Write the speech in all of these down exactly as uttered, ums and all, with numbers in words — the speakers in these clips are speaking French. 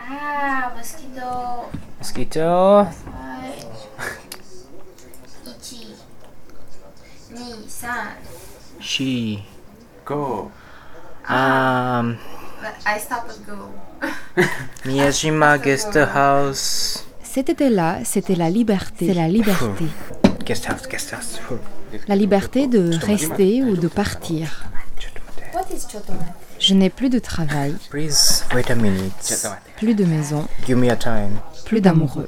Ah, mosquito. Mosquito. Ouais. Ichi. Ni, san. She. Go. Um, But I stop with go. Miyajima Guest House. Cet été-là, c'était la liberté. C'est la liberté. Guest House, Guest House. La liberté de rester ou de partir. What is chotomate? Je n'ai plus de travail, Please wait a minute. plus de maison, Give me a time. plus d'amoureux.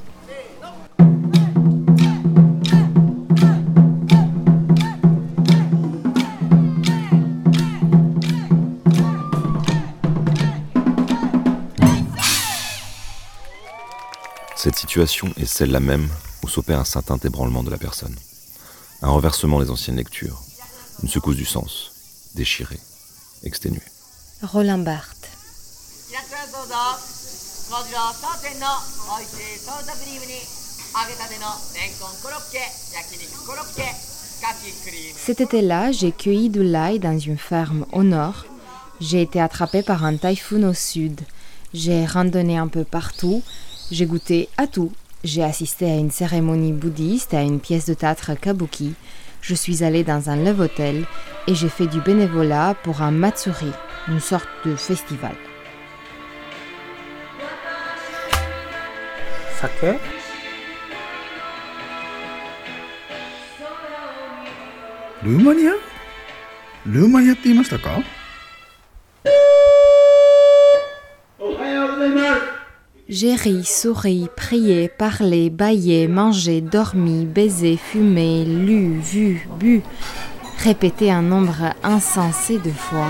Cette situation est celle-là même où s'opère un certain ébranlement de la personne. Un renversement des anciennes lectures. Une secousse du sens. Déchirée. Exténuée. Roland Barthes. Cet été-là, j'ai cueilli de l'ail dans une ferme au nord. J'ai été attrapée par un typhoon au sud. J'ai randonné un peu partout. J'ai goûté à tout. J'ai assisté à une cérémonie bouddhiste et à une pièce de théâtre kabuki. Je suis allée dans un love-hôtel et j'ai fait du bénévolat pour un matsuri, une sorte de festival. Sake? Rumania? Rumania って言いましたか? J'ai ri, souri, prié, parlé, baillé, mangé, dormi, baisé, fumé, lu, vu, bu, répété un nombre insensé de fois.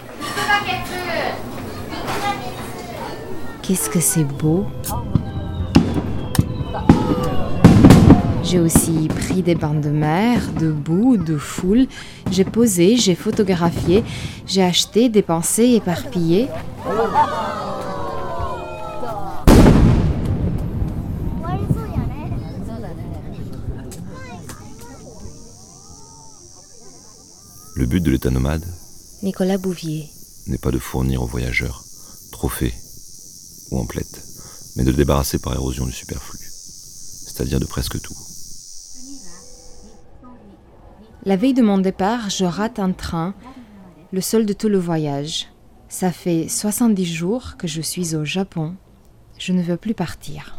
Qu'est-ce que c'est beau! J'ai aussi pris des bains de mer, de boue, de foule. J'ai posé, j'ai photographié, j'ai acheté, dépensé, éparpillé. Le but de l'état nomade Nicolas Bouvier. n'est pas de fournir aux voyageurs trophées ou emplettes, mais de le débarrasser par érosion du superflu, c'est-à-dire de presque tout. La veille de mon départ, je rate un train, le seul de tout le voyage. Ça fait soixante-dix jours que je suis au Japon. Je ne veux plus partir.